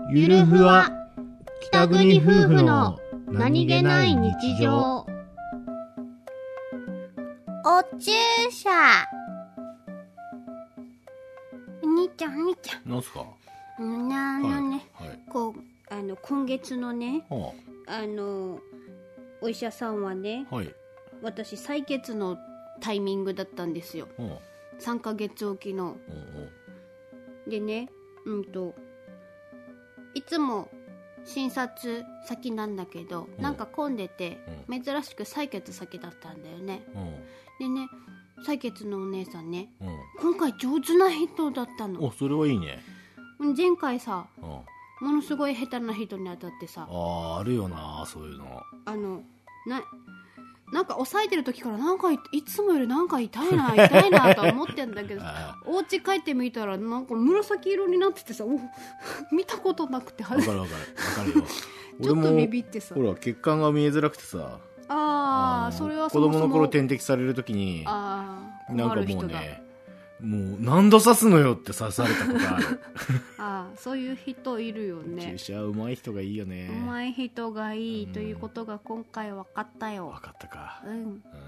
ゆるふわ北国夫婦の何気ない日常。 お注射。お兄ちゃんなんすか。 こう今月のね、 はお医者さんはね、 あ、はい。 私採血のタイミングだったんですよ。 は 3ヶ月おきのあ、 でね、いつも診察先なんだけど、なんか混んでて、珍しく採血先だったんだよね。でね、採血のお姉さんね、今回上手な人だったの。 お、それはいいね。 前回さ、 あものすごい下手な人に当たってさ、 あ、あるよな、そういうの。 なんか押さえてる時からなんか いつもよりなんか痛いなとは思ってんだけどお家帰ってみたらなんか紫色になっててさ、見たことなくてわかるよ。 ちょっとビビってさ、 ほら血管が見えづらくてさ、 それは子供の頃点滴される時に困なんかる人だ。 もうね、もう何度刺すのよって刺されたことある。 そういう人いるよね。 注射うまい人がいいよね。 うまい人がいいということが今回分かったよ。 分かったか。